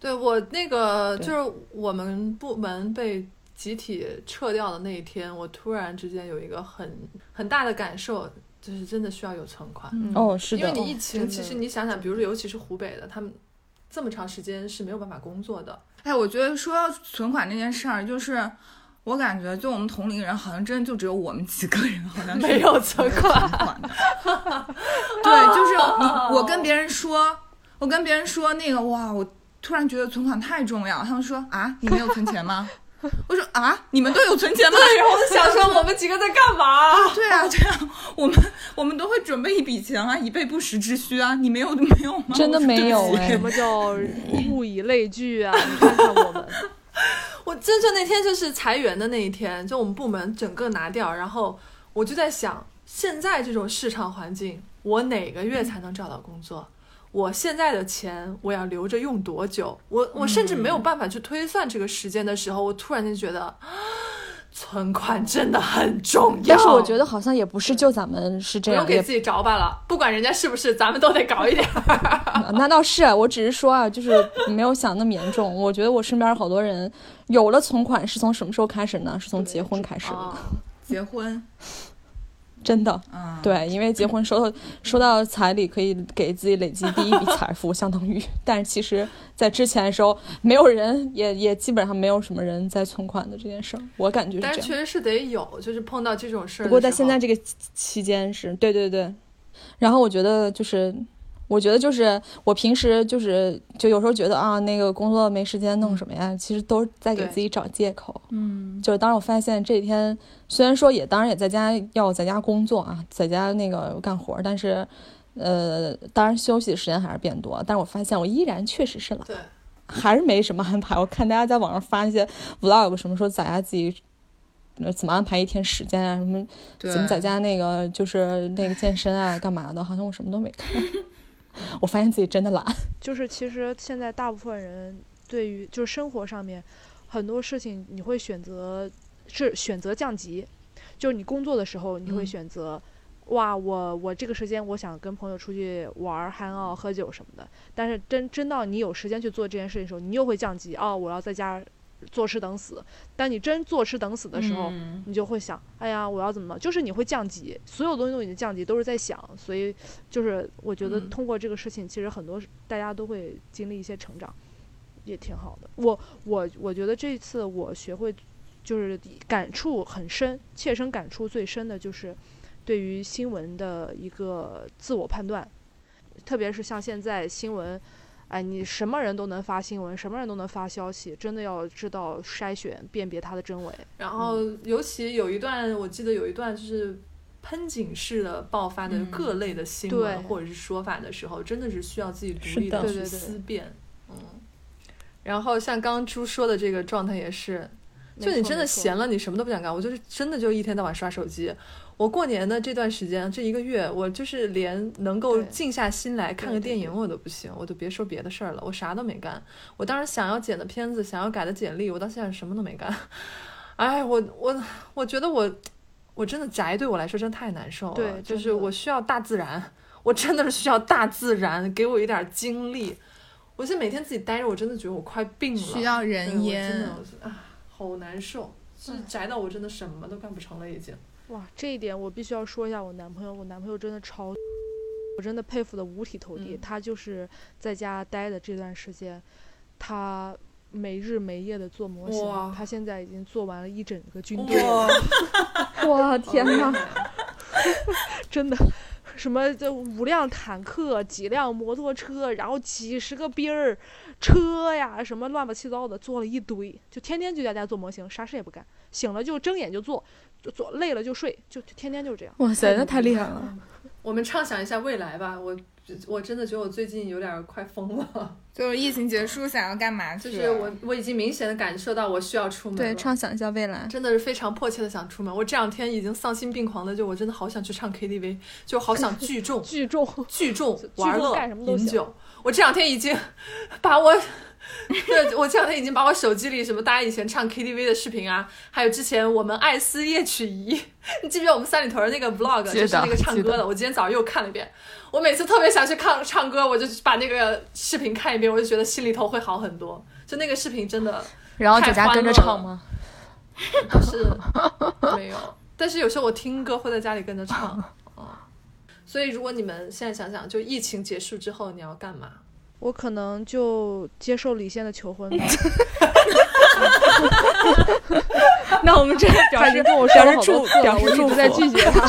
对，我那个就是我们部门被集体撤掉的那一天，我突然之间有一个很大的感受，就是真的需要有存款。 是的， 因为你疫情，其实你想想，比如说尤其是湖北的，他们这么长时间是没有办法工作的。 我觉得说到存款这件事儿，就是我感觉就我们同龄人好像真的就只有我们几个人好像是没有存款的。对，就是我跟别人说那个哇，我突然觉得存款太重要，他们说啊，你没有存钱吗？我说啊，你们都有存钱吗？ 对，我就想说我们几个在干嘛？ 对啊，我们都会准备一笔钱啊，以备不时之需啊。你没有吗？ 真的没有什么叫物以类聚啊？你看看我们。 我真正那天就是裁员的那一天，就我们部门整个拿掉，然后我就在想，现在这种市场环境，我哪个月才能找到工作？我现在的钱我要留着用多久？我甚至没有办法去推算这个时间的时候，我突然间觉得存款真的很重要。 但是我觉得好像也不是就咱们是这样， 不用给自己着吧了，不管人家是不是，咱们都得搞一点。 那倒是，我只是说啊，就是没有想那么严重。我觉得我身边好多人有了存款是从什么时候开始呢？是从结婚开始的。 结婚。 真的，对，因为结婚收到彩礼可以给自己累积第一笔财富，相当于，但是其实在之前的时候，没有人也基本上没有什么人在存款的这件事儿，我感觉是这样。 但是确实是得有，就是碰到这种事儿。 不过在现在这个期间是，对对对，然后我觉得就是我平时就有时候觉得啊，那个工作没时间弄什么呀，其实都是在给自己找借口。就是当然我发现这几天虽然说当然也在家工作啊，在家那个干活，但是当然休息的时间还是变多，但是我发现我依然确实是懒， 对， 还是没什么安排。我看大家在网上发一些 vlog 什么说在家自己怎么安排一天时间啊，什么怎么在家那个就是那个健身啊干嘛的，好像我什么都没看。我发现自己真的懒， 就是其实现在大部分人对于就是生活上面很多事情，你会选择降级，就是你工作的时候你会选择，哇，我这个时间我想跟朋友出去玩、嗨奥、喝酒什么的，但是真到你有时间去做这件事情的时候，你又会降级，我要在家坐吃等死。当你真坐吃等死的时候，你就会想，哎呀，我要怎么？就是你会降级，所有东西都已经降级，都是在想。所以就是我觉得通过这个事情，其实很多大家都会经历一些成长，也挺好的。我觉得这次我学会，就是感触很深，切身感触最深的就是对于新闻的一个自我判断，特别是像现在新闻。你什么人都能发新闻，什么人都能发消息，真的要知道筛选辨别它的真伪。 然后尤其有一段，我记得有一段就是喷井式的爆发的各类的新闻或者是说法的时候，真的是需要自己独立的去思辨。然后像刚刚猪说的这个状态也是，就你真的闲了，你什么都不想干。我就是真的就一天到晚刷手机。我过年的这段时间，这一个月，我就是连能够静下心来看个电影我都不行，我都别说别的事儿了，我啥都没干。我当时想要剪的片子，想要改的简历，我到现在什么都没干。哎，我觉得我真的宅对我来说真的太难受了。 对， 就是我需要大自然，我真的是需要大自然给我一点精力。我现在每天自己待着，我真的觉得我快病了， 需要人烟， 真的好难受，就是宅到我真的什么都干不成了已经。 哇，这一点我必须要说一下我男朋友真的我真的佩服的五体投地。他就是在家待的这段时间，他没日没夜的做模型，他现在已经做完了一整个军队了。哇，天哪！真的，什么这5辆坦克、几辆摩托车，然后几10个兵儿车呀，什么乱七八糟的，做了一堆，就天天就在家做模型，啥事也不干，醒了就睁眼就做，累了就睡，就天天就是这样。 哇塞，那太厉害了！ 我们畅想一下未来吧，我真的觉得我最近有点快疯了。 就是疫情结束想要干嘛去？ 就是我已经明显的感受到我需要出门了。 对，畅想一下未来， 真的是非常迫切的想出门。我这2天已经丧心病狂的，就我真的好想去唱 KTV， 就好想聚众、聚众玩乐、饮酒。我这2天已经把我对，我这两天已经把我手机里什么大家以前唱 KTV 的视频啊，还有之前我们爱思夜曲仪，你记不记得我们三里屯那个 vlog 就是那个唱歌的，我今天早上又看了一遍。我每次特别想去唱歌，我就把那个视频看一遍，我就觉得心里头会好很多。就那个视频真的， 然后在家跟着唱吗？ 是没有，但是有时候我听歌会在家里跟着唱。所以如果你们现在想想，就疫情结束之后你要干嘛？ 我可能就接受李现的求婚吧。 那我们这表示跟我说了好多次表示我一直在拒绝他。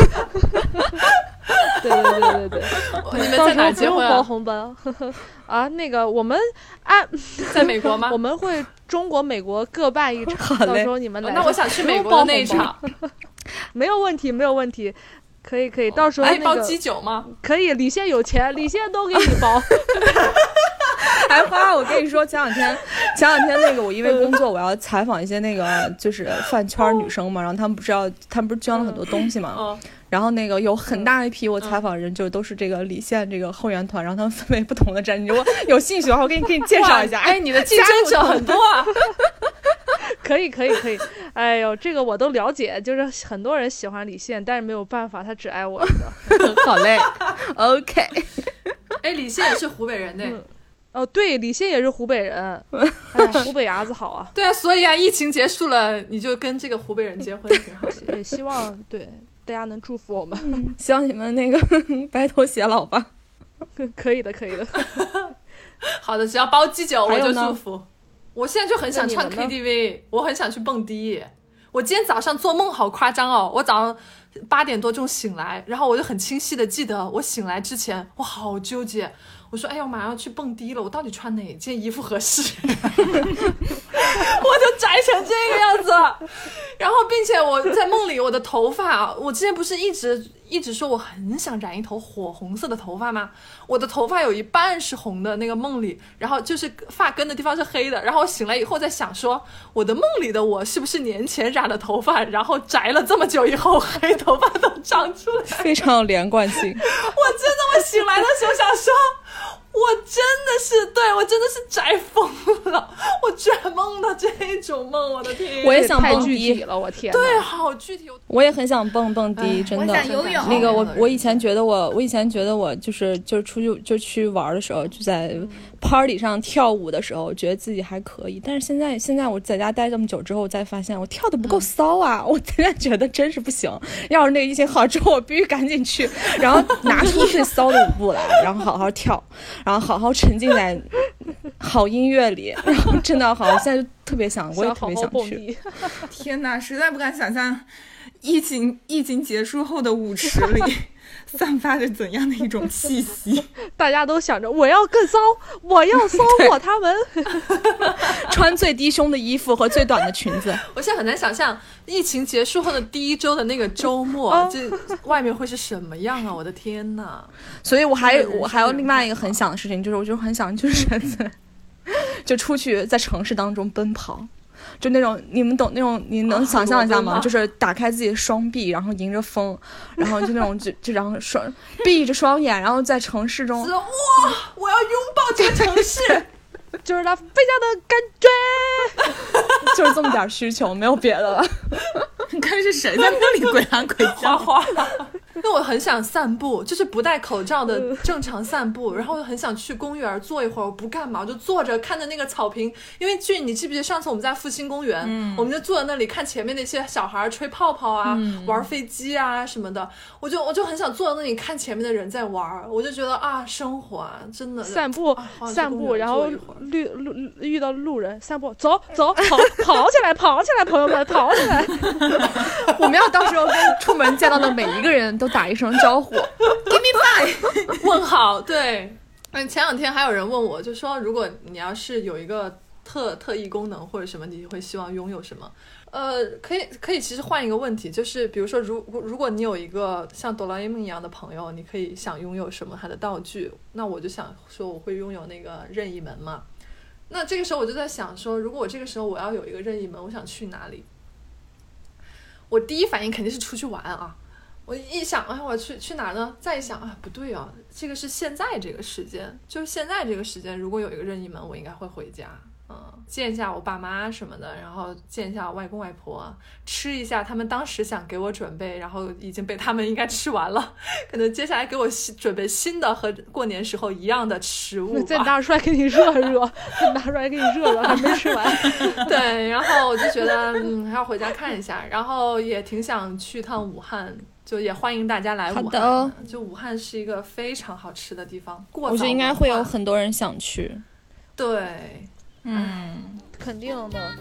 对， 你们在哪结婚包红包啊？那个我们在美国吗？ 我们会中国、美国各办一场，到时候你们来。 那我想去美国的那一场。 没有问题。可以，到时候那个包基酒吗？ 可以，李现有钱，李现都给你包。 哎，花，我跟你说，前两天那个我因为工作我要采访一些那个就是饭圈女生嘛，然后他们不是捐了很多东西嘛，然后那个有很大一批我采访人就都是这个李现这个后援团，然后他们分为不同的站，你如果有兴趣的话，我给你介绍一下。 哎，你的竞争者很多啊。 可以，哎呦，这个我都了解，就是很多人喜欢李现，但是没有办法，他只爱我的。 好嘞 ，OK。 哎，李现也是湖北人呢。 哦，对，李现也是湖北人。哎呀，湖北伢子好啊。 对啊，所以啊，疫情结束了，你就跟这个湖北人结婚挺好。 也希望对大家能祝福我们， 希望你们那个白头偕老吧。 可以的。 好的，只要包基酒我就祝福。我现在就很想唱 KTV， 我很想去蹦迪。我今天早上做梦好夸张哦，我早上8点多钟醒来，然后我就很清晰的记得我醒来之前我好纠结，我说哎呀我马上要去蹦迪了，我到底穿哪件衣服合适？我就宅成这个样子。然后并且我在梦里我的头发，我之前不是一直说我很想染一头火红色的头发吗？我的头发有一半是红的，那个梦里，然后就是发根的地方是黑的，然后我醒来以后在想说我的梦里的我是不是年前染了头发，然后宅了这么久以后黑头发都长出来， 非常有连贯性。我真的我醒来的时候想说我真的是宅疯了，我居然梦到这种梦，我的天！ 我也想蹦迪， 迪了，我天！ 对，好具体。 我也很想蹦迪，真的。 我想游泳。 那个我以前觉得我就是出去就去玩的时候，就在 party 上跳舞的时候，觉得自己还可以。但是现在我在家待这么久之后，我才发现我跳的不够骚啊！我现在觉得真是不行。要是那个疫情好之后，我必须赶紧去，然后拿出最骚的舞步来，然后好好跳。然后好好沉浸在好音乐里，然后真的好，现在就特别想，我也特别想去。 天哪，实在不敢想象，疫情结束后的舞池里散发着怎样的一种气息。 大家都想着我要更骚，我要骚过他们。 穿最低胸的衣服和最短的裙子。 我现在很难想象疫情结束后的第一周的那个周末，这外面会是什么样啊！我的天哪！ 所以我还有另外一个很想的事情，就是我就很想就是就出去在城市当中奔跑。就那种你们懂那种，你能想象一下吗？就是打开自己的双臂，然后迎着风，然后就那种就然后闭着双眼，然后在城市中， 哇！我要拥抱这个城市， 就是它飞翔的感觉，就是这么点需求，没有别的了。 你看是谁在那里鬼喊鬼叫？ 花。因为我很想散步，就是不戴口罩的正常散步，然后我很想去公园坐一会儿，我不干嘛，我就坐着看着那个草坪。因为你记不记得上次我们在复兴公园，我们就坐在那里看前面那些小孩吹泡泡啊，玩飞机啊什么的，我就很想坐在那里看前面的人在玩，我就觉得啊，生活啊，真的散步，然后遇到路人，散步，走，跑起来，朋友们，跑起来！ 我们要到时候跟出门见到的每一个人都打一声招呼 ，Give me 5， 问好。对，前两天还有人问我，就说如果你要是有一个特异功能或者什么，你会希望拥有什么？可以，其实换一个问题，就是比如说，如果你有一个像哆啦 A 梦一样的朋友，你可以想拥有什么他的道具？那我就想说，我会拥有那个任意门嘛。那这个时候我就在想说，如果我这个时候我要有一个任意门，我想去哪里？我第一反应肯定是出去玩啊。 我一想，哎，我去哪儿呢？再一想，啊，不对啊，这个是现在这个时间，就是现在这个时间，如果有一个任意门，我应该会回家，见一下我爸妈什么的，然后见一下我外公外婆，吃一下他们当时想给我准备，然后已经被他们应该吃完了，可能接下来给我准备新的和过年时候一样的食物吧， 再拿出来给你热热，再拿出来给你热热，还没吃完。 对，然后我就觉得还要回家看一下，然后也挺想去趟武汉。就也欢迎大家来武汉，就武汉是一个非常好吃的地方，我觉得应该会有很多人想去。 对， 肯定的。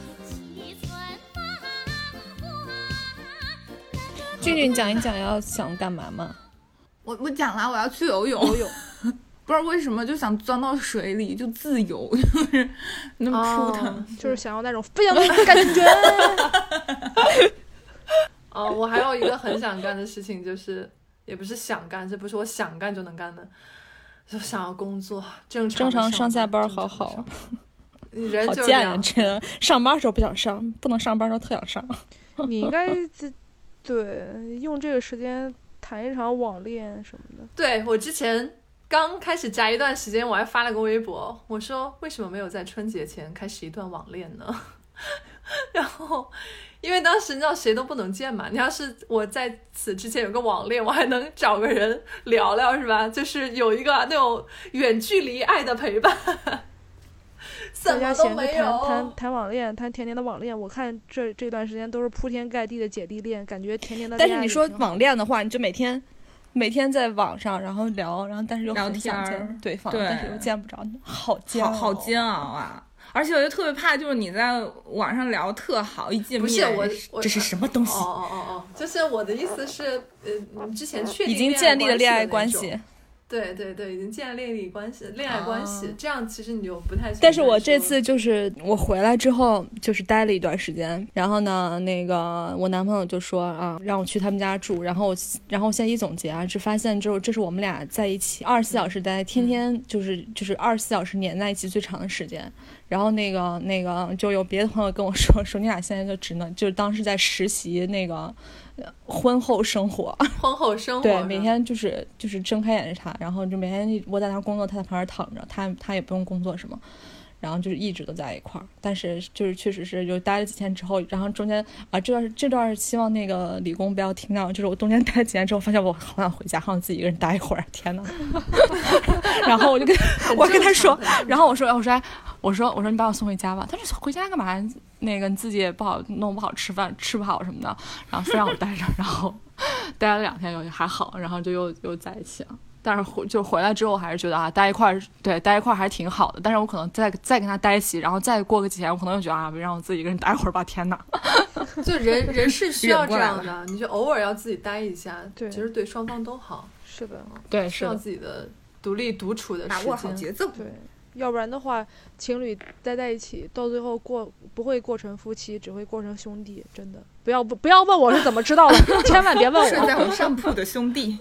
俊俊讲一讲要想干嘛吗？ 我讲了，我要去游泳。不知道为什么就想钻到水里就自由，就是那么扑腾， 就是想要那种飞翔的感觉。 我还有一个很想干的事情，就是也不是想干，这不是我想干就能干的，就想要工作，正常上下班，好好。 人好贱啊！真上班的时候不想上，不能上班的时候特想上。 你应该对用这个时间谈一场网恋什么的。 对，我之前刚开始宅一段时间，我还发了个微博，我说为什么没有在春节前开始一段网恋呢？然后因为当时你知道谁都不能见嘛，你要是我在此之前有个网恋，我还能找个人聊聊是吧，就是有一个那种远距离爱的陪伴。什么都没有， 谈网恋，谈甜甜的网恋。我看这段时间都是铺天盖地的姐弟恋，感觉甜甜的恋爱。 但是你说网恋的话，你就每天在网上然后聊，然后但是又很想见对方，但是又见不着，好煎熬啊！而且我就特别怕，就是你在网上聊特好，一见面不是我这是什么东西？ 就是我的意思是，之前确定已经建立了恋爱关系。 对，已经建立恋爱关系，这样其实你就不太。 但是我这次就是我回来之后，就是待了一段时间，然后呢，那个我男朋友就说啊，让我去他们家住，然后现在一总结啊，就发现这是我们俩在一起24小时待，天天就是24小时黏在一起最长的时间。然后那个就有别的朋友跟我说你俩现在就只能就是当时在实习那个婚后生活，对，每天就是睁开眼是他，然后就每天我在他工作，他在旁边躺着，他也不用工作什么，然后就是一直都在一块儿。但是就是确实是就待了几天之后，然后中间啊这段希望那个理工不要听到，就是我中间待了几天之后，发现我好想回家，好想自己一个人待一会儿，天哪！然后我跟他说，然后我说你把我送回家吧。他说回家干嘛？那个你自己也不好弄不好吃饭，吃不好什么的，然后非让我待着，然后待了2天又还好，然后就又在一起了。但是就回来之后还是觉得啊，待一块还是挺好的。但是我可能再跟他待一起，然后再过个几天，我可能又觉得啊，让我自己一个人待会儿吧。天哪！ 就人是需要这样的，你就偶尔要自己待一下， 对， 其实对双方都好。 是的， 对， 需要自己的独立独处的时间， 把握好节奏。 对，要不然的话，情侣待在一起，到最后不会过成夫妻，只会过成兄弟。真的，不要问我是怎么知道的，千万别问我。 睡在我上铺的兄弟。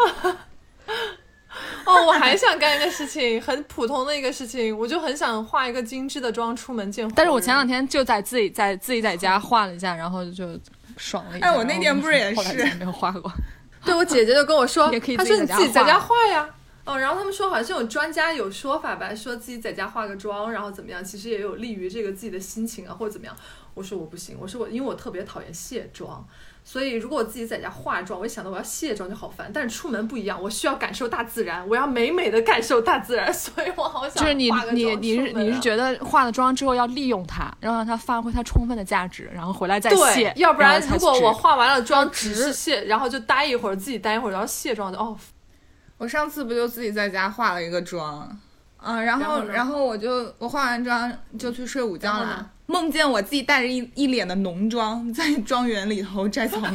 我还想干一个事情，很普通的一个事情，我就很想化一个精致的妆出门见。 但是我前2天就自己在家化了一下，然后就爽了一下。 我那天不是也是没有化过。 对，我姐姐就跟我说， 她说你自己在家化呀。然后他们说好像是有专家有说法吧，说自己在家化个妆，然后怎么样，其实也有利于这个自己的心情啊，或者怎么样。我说我不行，因为我特别讨厌卸妆。所以如果我自己在家化妆，我一想到我要卸妆就好烦，但是出门不一样，我需要感受大自然，我要美美的感受大自然，所以我好想就是你是觉得化了妆之后要利用它，然后让它发挥它充分的价值，然后回来再卸。 要不然如果我化完了妆只是卸，然后就待一会儿，自己待一会儿，然后卸妆就我上次不就自己在家化了一个妆，然后我化完妆就去睡午觉了。梦见我自己带着一脸的浓妆在庄园里头摘草莓。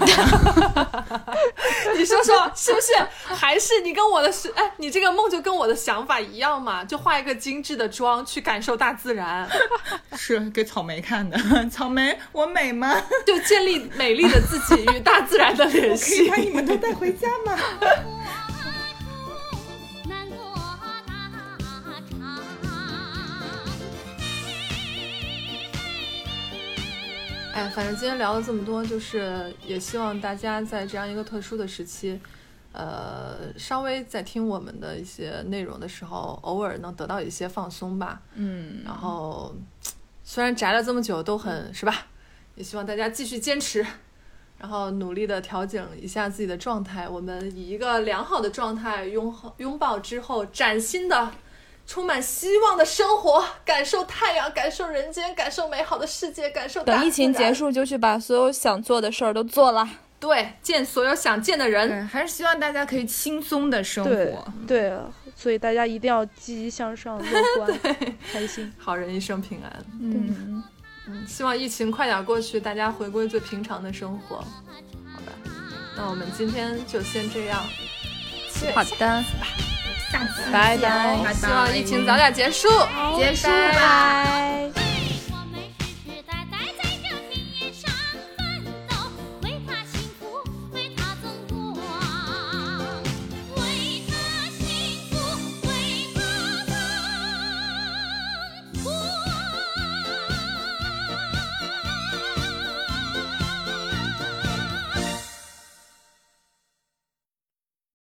你说是不是？还是你跟我的你这个梦就跟我的想法一样嘛？就化一个精致的妆去感受大自然。 是给草莓看的。草莓，我美吗？ 就建立美丽的自己与大自然的联系。 可以把你们都带回家吗？ 哎，反正今天聊了这么多，就是也希望大家在这样一个特殊的时期，稍微在听我们的一些内容的时候，偶尔能得到一些放松吧。然后虽然宅了这么久都很是吧，也希望大家继续坚持，然后努力的调整一下自己的状态。我们以一个良好的状态拥抱之后，崭新的充满希望的生活，感受太阳，感受人间，感受美好的世界，感受大自然。 等疫情结束就去把所有想做的事儿都做了。 对，见所有想见的人。 对，还是希望大家可以轻松的生活。 对，所以大家一定要积极向上，乐观，开心。 好人一生平安。希望疫情快点过去，大家回归最平常的生活。好吧，那我们今天就先这样。 好的， 下次拜拜。希望疫情早点结束。 结束吧。 拜。